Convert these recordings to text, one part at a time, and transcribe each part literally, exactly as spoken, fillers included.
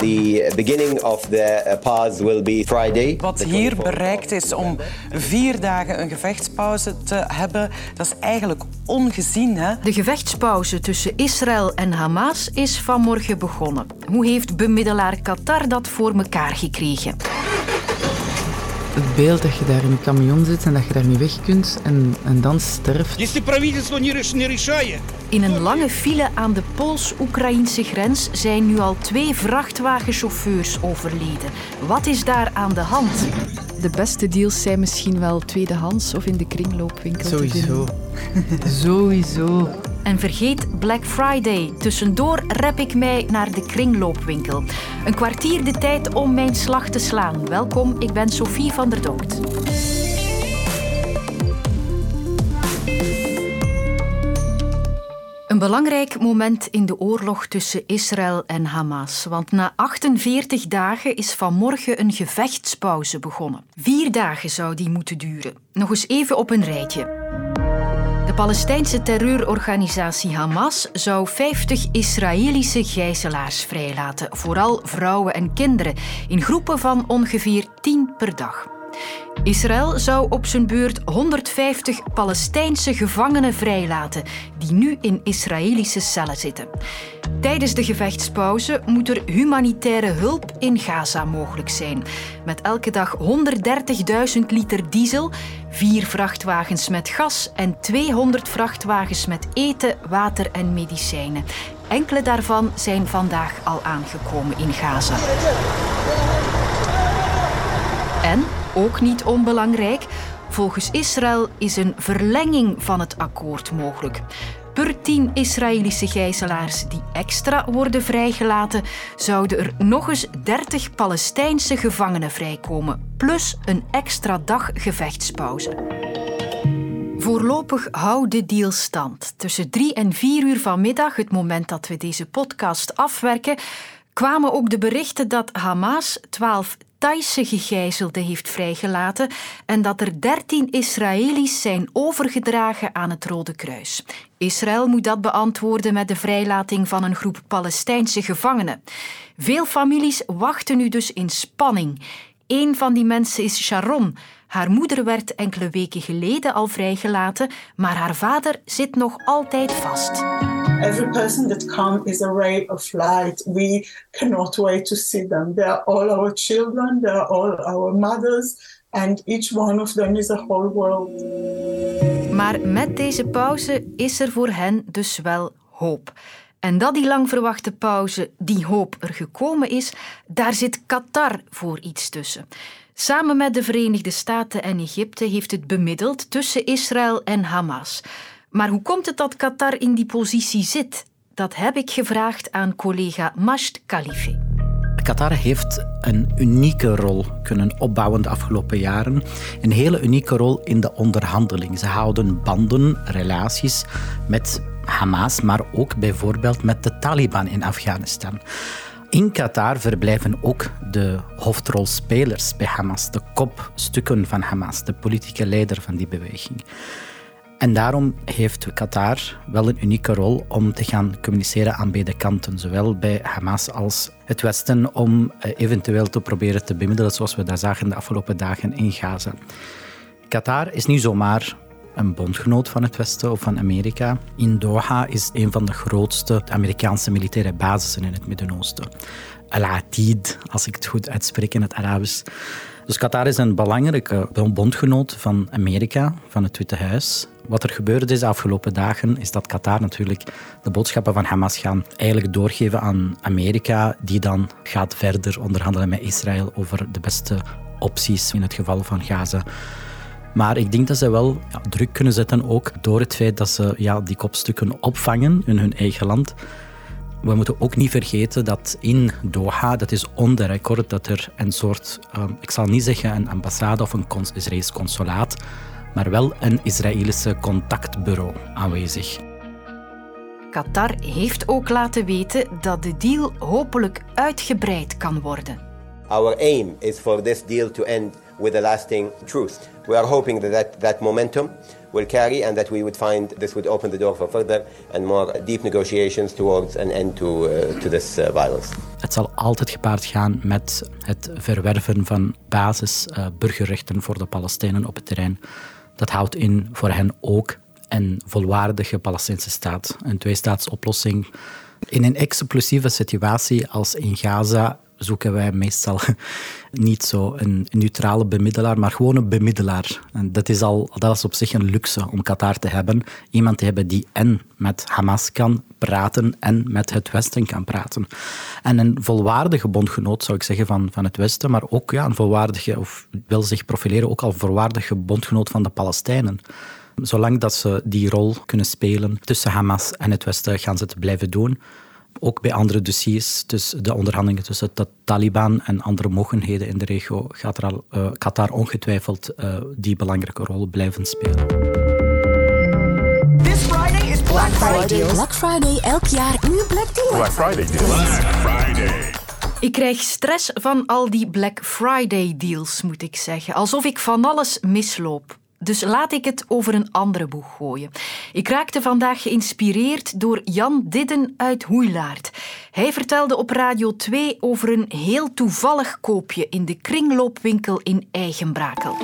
The beginning of the pause will be Friday. Wat hier bereikt is om vier dagen een gevechtspauze te hebben, dat is eigenlijk ongezien, hè? De gevechtspauze tussen Israël en Hamas is vanmorgen begonnen. Hoe heeft bemiddelaar Qatar dat voor elkaar gekregen? Het beeld dat je daar in een camion zit en dat je daar niet weg kunt en, en dan sterft. In een lange file aan de Pools-Oekraïnse grens zijn nu al twee vrachtwagenchauffeurs overleden. Wat is daar aan de hand? De beste deals zijn misschien wel tweedehands of in de kringloopwinkel. Sowieso. Sowieso. En vergeet Black Friday. Tussendoor rep ik mij naar de kringloopwinkel. Een kwartier de tijd om mijn slag te slaan. Welkom, ik ben Sophie van der Donkt. Een belangrijk moment in de oorlog tussen Israël en Hamas. Want na achtenveertig dagen is vanmorgen een gevechtspauze begonnen. Vier dagen zou die moeten duren. Nog eens even op een rijtje. De Palestijnse terreurorganisatie Hamas zou vijftig Israëlische gijzelaars vrijlaten. Vooral vrouwen en kinderen, in groepen van ongeveer tien per dag. Israël zou op zijn beurt honderdvijftig Palestijnse gevangenen vrijlaten, die nu in Israëlische cellen zitten. Tijdens de gevechtspauze moet er humanitaire hulp in Gaza mogelijk zijn. Met elke dag honderddertigduizend liter diesel, vier vrachtwagens met gas en tweehonderd vrachtwagens met eten, water en medicijnen. Enkele daarvan zijn vandaag al aangekomen in Gaza. En, ook niet onbelangrijk, volgens Israël is een verlenging van het akkoord mogelijk. Per tien Israëlische gijzelaars die extra worden vrijgelaten, zouden er nog eens dertig Palestijnse gevangenen vrijkomen, plus een extra dag gevechtspauze. Voorlopig houdt de deal stand. Tussen drie en vier uur vanmiddag, het moment dat we deze podcast afwerken, kwamen ook de berichten dat Hamas twaalf Thaise gegijzelden heeft vrijgelaten en dat er dertien Israëli's zijn overgedragen aan het Rode Kruis. Israël moet dat beantwoorden met de vrijlating van een groep Palestijnse gevangenen. Veel families wachten nu dus in spanning. Een van die mensen is Sharon. Haar moeder werd enkele weken geleden al vrijgelaten, maar haar vader zit nog altijd vast. Every person that comes is a ray of light. We cannot wait to see them. They are all our children, they are all our mothers, and each one of them is a whole world. Maar met deze pauze is er voor hen dus wel hoop. En dat die lang verwachte pauze, die hoop er gekomen is, daar zit Qatar voor iets tussen. Samen met de Verenigde Staten en Egypte heeft het bemiddeld tussen Israël en Hamas. Maar hoe komt het dat Qatar in die positie zit? Dat heb ik gevraagd aan collega Majd Khalifi. Qatar heeft een unieke rol kunnen opbouwen de afgelopen jaren. Een hele unieke rol in de onderhandeling. Ze houden banden, relaties met Hamas, maar ook bijvoorbeeld met de Taliban in Afghanistan. In Qatar verblijven ook de hoofdrolspelers bij Hamas, de kopstukken van Hamas, de politieke leider van die beweging. En daarom heeft Qatar wel een unieke rol om te gaan communiceren aan beide kanten, zowel bij Hamas als het Westen, om eventueel te proberen te bemiddelen, zoals we dat zagen de afgelopen dagen in Gaza. Qatar is niet zomaar een bondgenoot van het Westen of van Amerika. In Doha is een van de grootste Amerikaanse militaire basissen in het Midden-Oosten. Al-Atid, als ik het goed uitspreek in het Arabisch. Dus Qatar is een belangrijke bondgenoot van Amerika, van het Witte Huis. Wat er gebeurd is de afgelopen dagen, is dat Qatar natuurlijk de boodschappen van Hamas gaan eigenlijk doorgeven aan Amerika, die dan gaat verder onderhandelen met Israël over de beste opties in het geval van Gaza. Maar ik denk dat ze wel ja, druk kunnen zetten, ook door het feit dat ze ja, die kopstukken opvangen in hun eigen land. We moeten ook niet vergeten dat in Doha, dat is on the record, dat er een soort, uh, ik zal niet zeggen een ambassade of een cons- Israëlisch consulaat, maar wel een Israëlische contactbureau aanwezig. Qatar heeft ook laten weten dat de deal hopelijk uitgebreid kan worden. Our aim is for this deal to end with a lasting truce. We are hoping that that, that momentum will carry, and that we would find this would open the door for further and more deep negotiations towards an end to, uh, to this uh, violence. Het zal altijd gepaard gaan met het verwerven van basis uh, burgerrechten voor de Palestijnen op het terrein. Dat houdt in voor hen ook een volwaardige Palestijnse staat, een tweestaatsoplossing. In een explosieve situatie als in Gaza zoeken wij meestal niet zo een neutrale bemiddelaar, maar gewoon een bemiddelaar. En dat is, al, dat is op zich een luxe om Qatar te hebben. Iemand te hebben die en met Hamas kan praten en met het Westen kan praten. En een volwaardige bondgenoot, zou ik zeggen, van, van het Westen, maar ook ja, een volwaardige, of wil zich profileren, ook al een volwaardige bondgenoot van de Palestijnen. Zolang dat ze die rol kunnen spelen tussen Hamas en het Westen, gaan ze het blijven doen. Ook bij andere dossiers, dus de onderhandelingen tussen de Taliban en andere mogendheden in de regio, gaat er al, uh, Qatar ongetwijfeld uh, die belangrijke rol blijven spelen. This Friday is Black Friday. Black Friday, elk jaar een Black Deal. Black Friday deal. Black Friday. Ik krijg stress van al die Black Friday deals, moet ik zeggen. Alsof ik van alles misloop. Dus laat ik het over een andere boeg gooien. Ik raakte vandaag geïnspireerd door Jan Didden uit Hoeilaard. Hij vertelde op Radio twee over een heel toevallig koopje in de kringloopwinkel in Eigenbrakel.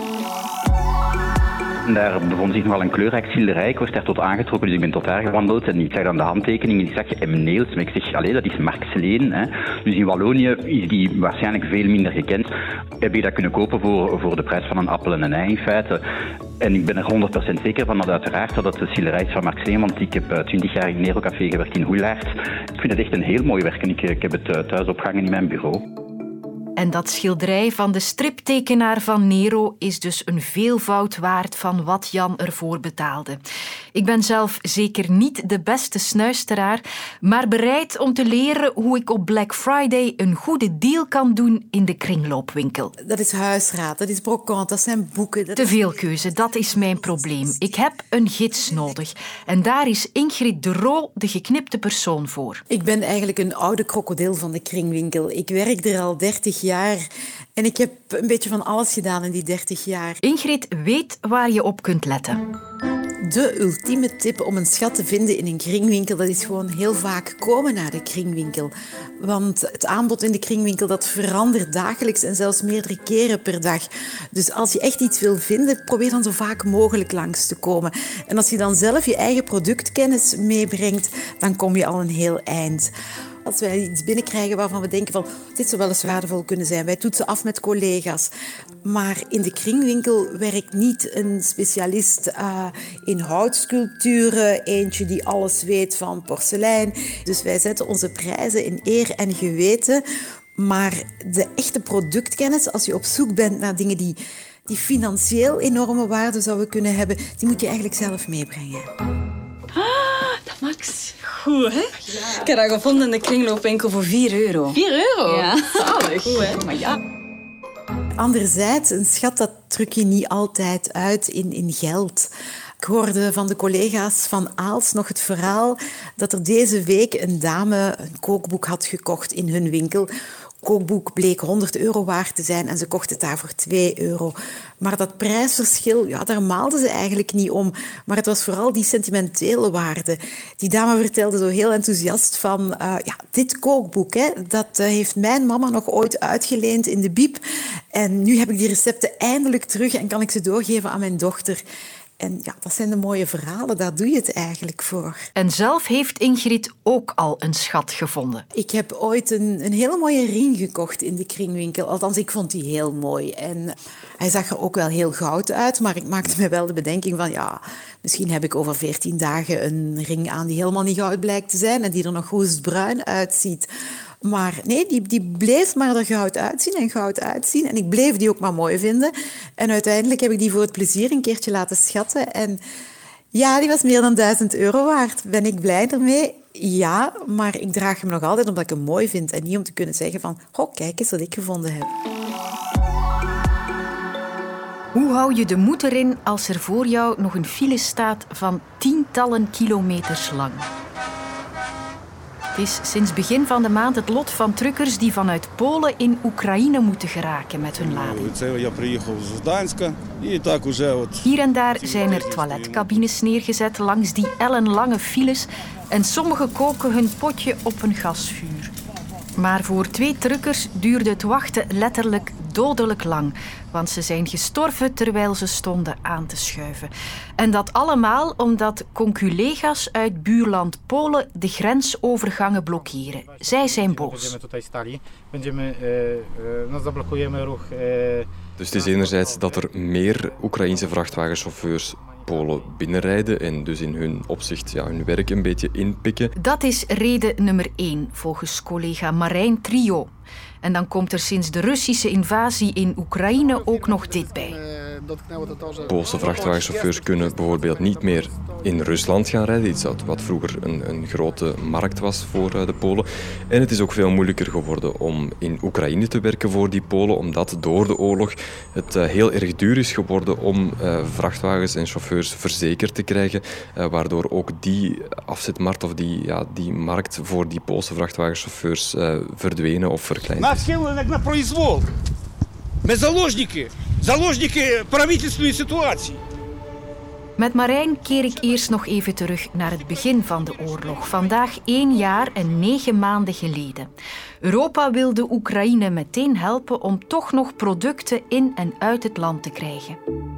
Daar bevond zich nogal een kleurrijk schilderij. Ik was daar tot aangetrokken, dus ik ben tot daar gewandeld. En ik zag dan de handtekening en ik zag Emmeneels. Maar ik zeg, allee, dat is Marx Leen. Hè. Dus in Wallonië is die waarschijnlijk veel minder gekend. Heb je dat kunnen kopen voor, voor de prijs van een appel en een ei in feite. En ik ben er honderd procent zeker van dat uiteraard dat het de schilderij is van Marx Leen. Want ik heb twintig jaar in een Nerocafé gewerkt in Hoeilaard. Ik vind het echt een heel mooi werk en ik, ik heb het thuis opgehangen in mijn bureau. En dat schilderij van de striptekenaar van Nero is dus een veelvoud waard van wat Jan ervoor betaalde. Ik ben zelf zeker niet de beste snuisteraar, maar bereid om te leren hoe ik op Black Friday een goede deal kan doen in de kringloopwinkel. Dat is huisraad, dat is brocante, dat zijn boeken. Dat Te is... veel keuze, dat is mijn probleem. Ik heb een gids nodig. En daar is Ingrid de Roo de geknipte persoon voor. Ik ben eigenlijk een oude krokodil van de kringwinkel. Ik werk er al dertig jaar. En ik heb een beetje van alles gedaan in die dertig jaar. Ingrid weet waar je op kunt letten. De ultieme tip om een schat te vinden in een kringwinkel, dat is gewoon heel vaak komen naar de kringwinkel. Want het aanbod in de kringwinkel dat verandert dagelijks en zelfs meerdere keren per dag. Dus als je echt iets wil vinden, probeer dan zo vaak mogelijk langs te komen. En als je dan zelf je eigen productkennis meebrengt, dan kom je al een heel eind. Als wij iets binnenkrijgen waarvan we denken van dit zou wel eens waardevol kunnen zijn. Wij toetsen af met collega's. Maar in de kringwinkel werkt niet een specialist uh, in houtsculpturen. Eentje die alles weet van porselein. Dus wij zetten onze prijzen in eer en geweten. Maar de echte productkennis, als je op zoek bent naar dingen die, die financieel enorme waarde zouden kunnen hebben, die moet je eigenlijk zelf meebrengen. Ah, dat Max. Goed, hè? Ja. Ik heb dat gevonden in de kringloopwinkel voor vier euro. vier euro? Ja. Zalig. Goed, hè? Maar ja. Anderzijds, een schat dat druk je niet altijd uit in, in geld. Ik hoorde van de collega's van Aals nog het verhaal dat er deze week een dame een kookboek had gekocht in hun winkel. Kookboek bleek honderd euro waard te zijn en ze kocht het daar voor twee euro. Maar dat prijsverschil, ja, daar maalden ze eigenlijk niet om. Maar het was vooral die sentimentele waarde. Die dame vertelde zo heel enthousiast van... Uh, ja, dit kookboek, hè, dat uh, heeft mijn mama nog ooit uitgeleend in de bieb. En nu heb ik die recepten eindelijk terug en kan ik ze doorgeven aan mijn dochter. En ja, dat zijn de mooie verhalen, daar doe je het eigenlijk voor. En zelf heeft Ingrid ook al een schat gevonden. Ik heb ooit een, een hele mooie ring gekocht in de kringwinkel. Althans, ik vond die heel mooi. En hij zag er ook wel heel goud uit, maar ik maakte me wel de bedenking van... ja, misschien heb ik over veertien dagen een ring aan die helemaal niet goud blijkt te zijn en die er nog roestbruin uitziet. Maar nee, die, die bleef maar er goud uitzien en goud uitzien. En ik bleef die ook maar mooi vinden. En uiteindelijk heb ik die voor het plezier een keertje laten schatten. En ja, die was meer dan duizend euro waard. Ben ik blij ermee? Ja, maar ik draag hem nog altijd omdat ik hem mooi vind. En niet om te kunnen zeggen van, oh, kijk eens wat ik gevonden heb. Hoe hou je de moed erin als er voor jou nog een file staat van tientallen kilometers lang? Het is sinds begin van de maand het lot van truckers die vanuit Polen in Oekraïne moeten geraken met hun lading. Hier en daar zijn er toiletcabines neergezet langs die ellenlange files en sommigen koken hun potje op een gasvuur. Maar voor twee truckers duurde het wachten letterlijk dodelijk lang, want ze zijn gestorven terwijl ze stonden aan te schuiven. En dat allemaal omdat conculega's uit buurland Polen de grensovergangen blokkeren. Zij zijn boos. Dus het is enerzijds dat er meer Oekraïense vrachtwagenchauffeurs Polen binnenrijden en dus in hun opzicht ja, hun werk een beetje inpikken. Dat is reden nummer één, volgens collega Marijn Trio. En dan komt er sinds de Russische invasie in Oekraïne ook nog dit bij. Poolse vrachtwagenchauffeurs kunnen bijvoorbeeld niet meer in Rusland gaan rijden, iets wat vroeger een, een grote markt was voor de Polen. En het is ook veel moeilijker geworden om in Oekraïne te werken voor die Polen, omdat door de oorlog het heel erg duur is geworden om uh, vrachtwagens en chauffeurs verzekerd te krijgen, uh, waardoor ook die afzetmarkt of die, ja, die markt voor die Poolse vrachtwagenchauffeurs uh, verdwenen of verkleind. Схилили на произвол. Ми заложники, заложники правительственної ситуації. Met Marijn keer ik eerst nog even terug naar het begin van de oorlog. Vandaag één jaar en negen maanden geleden. Europa wilde Oekraïne meteen helpen om toch nog producten in en uit het land te krijgen.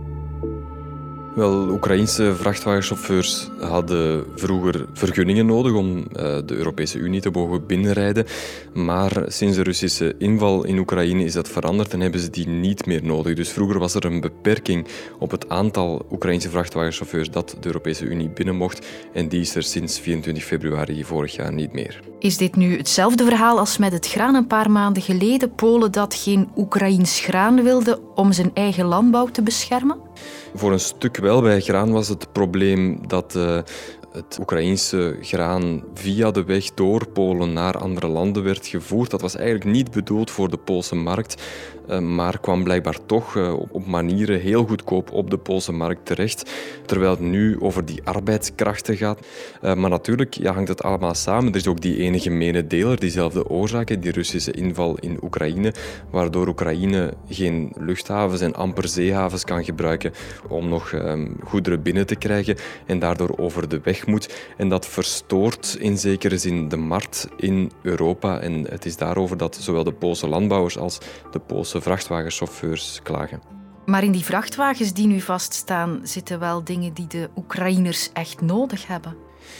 Wel, Oekraïense vrachtwagenchauffeurs hadden vroeger vergunningen nodig om uh, de Europese Unie te mogen binnenrijden. Maar sinds de Russische inval in Oekraïne is dat veranderd en hebben ze die niet meer nodig. Dus vroeger was er een beperking op het aantal Oekraïense vrachtwagenchauffeurs dat de Europese Unie binnen mocht. En die is er sinds vierentwintig februari vorig jaar niet meer. Is dit nu hetzelfde verhaal als met het graan een paar maanden geleden? Polen dat geen Oekraïens graan wilde om zijn eigen landbouw te beschermen? Voor een stuk wel. Bij graan was het probleem dat uh, het Oekraïense graan via de weg door Polen naar andere landen werd gevoerd. Dat was eigenlijk niet bedoeld voor de Poolse markt, uh, maar kwam blijkbaar toch uh, op, op manieren heel goedkoop op de Poolse markt terecht. Terwijl het nu over die arbeidskrachten gaat. Uh, maar natuurlijk ja, hangt het allemaal samen. Er is ook die ene gemene deler, diezelfde oorzaken, die Russische inval in Oekraïne, waardoor Oekraïne geen luchthavens en amper zeehavens kan gebruiken om nog um, goederen binnen te krijgen en daardoor over de weg moet. En dat verstoort in zekere zin de markt in Europa. En het is daarover dat zowel de Poolse landbouwers als de Poolse vrachtwagenchauffeurs klagen. Maar in die vrachtwagens die nu vaststaan, zitten wel dingen die de Oekraïners echt nodig hebben.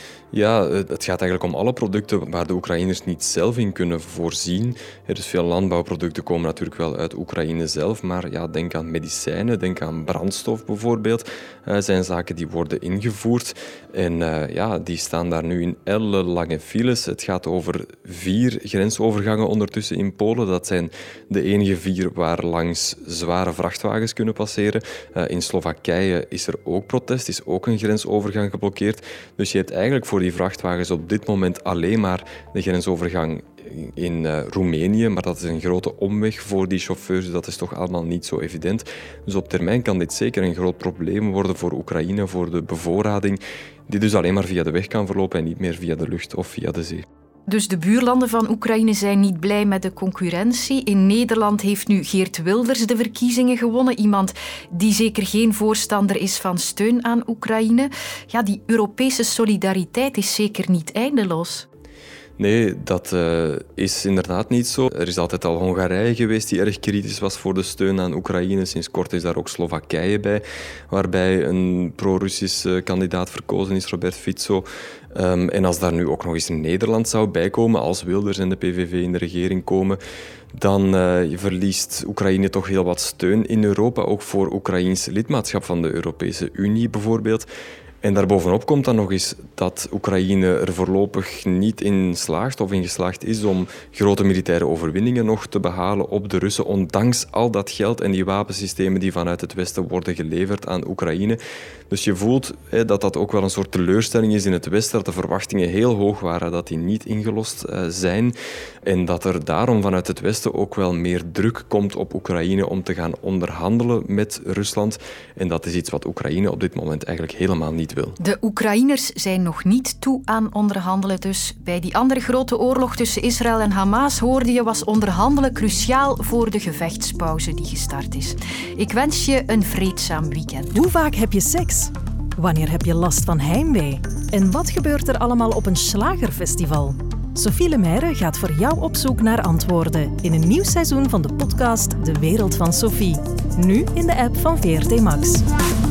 Ja, het gaat eigenlijk om alle producten waar de Oekraïners niet zelf in kunnen voorzien. Dus veel landbouwproducten komen natuurlijk wel uit Oekraïne zelf, maar ja, denk aan medicijnen, denk aan brandstof bijvoorbeeld. Dat uh, zijn zaken die worden ingevoerd en uh, ja, die staan daar nu in ellenlange files. Het gaat over vier grensovergangen ondertussen in Polen. Dat zijn de enige vier waar langs zware vrachtwagens kunnen passeren. Uh, in Slowakije is er ook protest, is ook een grensovergang geblokkeerd. Dus je hebt eigenlijk voor die vrachtwagens op dit moment alleen maar de grensovergang in uh, Roemenië, maar dat is een grote omweg voor die chauffeurs, dat is toch allemaal niet zo evident. Dus op termijn kan dit zeker een groot probleem worden voor Oekraïne, voor de bevoorrading, die dus alleen maar via de weg kan verlopen en niet meer via de lucht of via de zee. Dus de buurlanden van Oekraïne zijn niet blij met de concurrentie. In Nederland heeft nu Geert Wilders de verkiezingen gewonnen. Iemand die zeker geen voorstander is van steun aan Oekraïne. Ja, die Europese solidariteit is zeker niet eindeloos. Nee, dat uh, is inderdaad niet zo. Er is altijd al Hongarije geweest die erg kritisch was voor de steun aan Oekraïne. Sinds kort is daar ook Slowakije bij, waarbij een pro-Russische kandidaat verkozen is, Robert Fico. Um, en als daar nu ook nog eens Nederland zou bijkomen, als Wilders en de P V V in de regering komen, dan uh, verliest Oekraïne toch heel wat steun in Europa, ook voor Oekraïns lidmaatschap van de Europese Unie bijvoorbeeld. En daarbovenop komt dan nog eens dat Oekraïne er voorlopig niet in slaagt of in geslaagd is om grote militaire overwinningen nog te behalen op de Russen, ondanks al dat geld en die wapensystemen die vanuit het Westen worden geleverd aan Oekraïne. Dus je voelt hè, dat dat ook wel een soort teleurstelling is in het Westen, dat de verwachtingen heel hoog waren, dat die niet ingelost uh, zijn. En dat er daarom vanuit het Westen ook wel meer druk komt op Oekraïne om te gaan onderhandelen met Rusland. En dat is iets wat Oekraïne op dit moment eigenlijk helemaal niet wil. De Oekraïners zijn nog niet toe aan onderhandelen dus. Bij die andere grote oorlog tussen Israël en Hamas hoorde je was onderhandelen cruciaal voor de gevechtspauze die gestart is. Ik wens je een vreedzaam weekend. Hoe vaak heb je seks? Wanneer heb je last van heimwee? En wat gebeurt er allemaal op een slagerfestival? Sophie Lemaire gaat voor jou op zoek naar antwoorden in een nieuw seizoen van de podcast De Wereld van Sophie. Nu in de app van V R T Max.